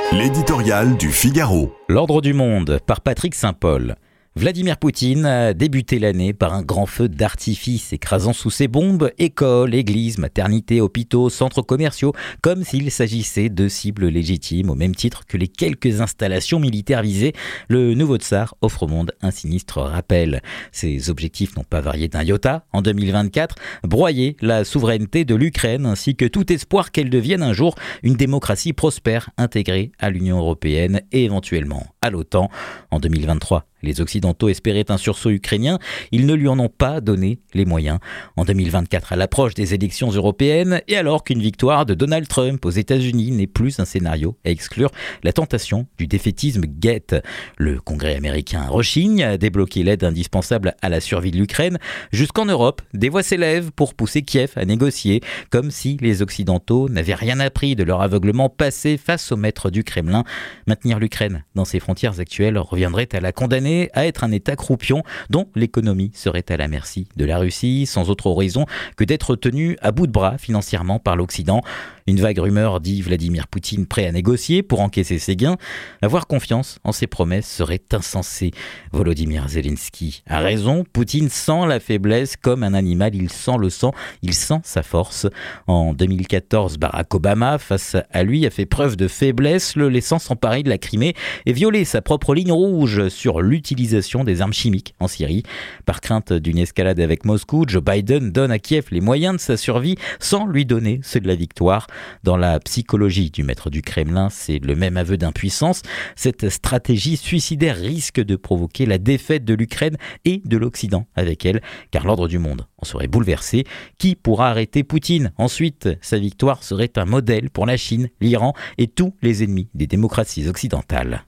L'éditorial du Figaro. L'Ordre du Monde par Patrick Saint-Paul. Vladimir Poutine a débuté l'année par un grand feu d'artifice, écrasant sous ses bombes écoles, églises, maternités, hôpitaux, centres commerciaux, comme s'il s'agissait de cibles légitimes, au même titre que les quelques installations militaires visées. Le nouveau tsar offre au monde un sinistre rappel. Ses objectifs n'ont pas varié d'un iota. En 2024, broyer la souveraineté de l'Ukraine, ainsi que tout espoir qu'elle devienne un jour une démocratie prospère, intégrée à l'Union européenne et éventuellement à l'OTAN. En 2023, les Occidentaux espéraient un sursaut ukrainien, ils ne lui en ont pas donné les moyens. En 2024, à l'approche des élections européennes, et alors qu'une victoire de Donald Trump aux États-Unis n'est plus un scénario à exclure, la tentation du défaitisme guette. Le Congrès américain rechigne à débloquer l'aide indispensable à la survie de l'Ukraine. Jusqu'en Europe, des voix s'élèvent pour pousser Kiev à négocier, comme si les Occidentaux n'avaient rien appris de leur aveuglement passé face au maître du Kremlin. Maintenir l'Ukraine dans ses frontières actuelles reviendrait à la condamner à être un État croupion dont l'économie serait à la merci de la Russie, sans autre horizon que d'être tenu à bout de bras financièrement par l'Occident. Une vague rumeur dit Vladimir Poutine prêt à négocier pour encaisser ses gains. Avoir confiance en ses promesses serait insensé. Volodymyr Zelensky a raison, Poutine sent la faiblesse comme un animal, il sent le sang, il sent sa force. En 2014, Barack Obama, face à lui, a fait preuve de faiblesse, le laissant s'emparer de la Crimée et violer sa propre ligne rouge sur l'utilisation des armes chimiques en Syrie. Par crainte d'une escalade avec Moscou, Joe Biden donne à Kiev les moyens de sa survie sans lui donner ceux de la victoire. Dans la psychologie du maître du Kremlin, c'est le même aveu d'impuissance. Cette stratégie suicidaire risque de provoquer la défaite de l'Ukraine et de l'Occident avec elle, car l'ordre du monde en serait bouleversé. Qui pourra arrêter Poutine ? Ensuite, sa victoire serait un modèle pour la Chine, l'Iran et tous les ennemis des démocraties occidentales.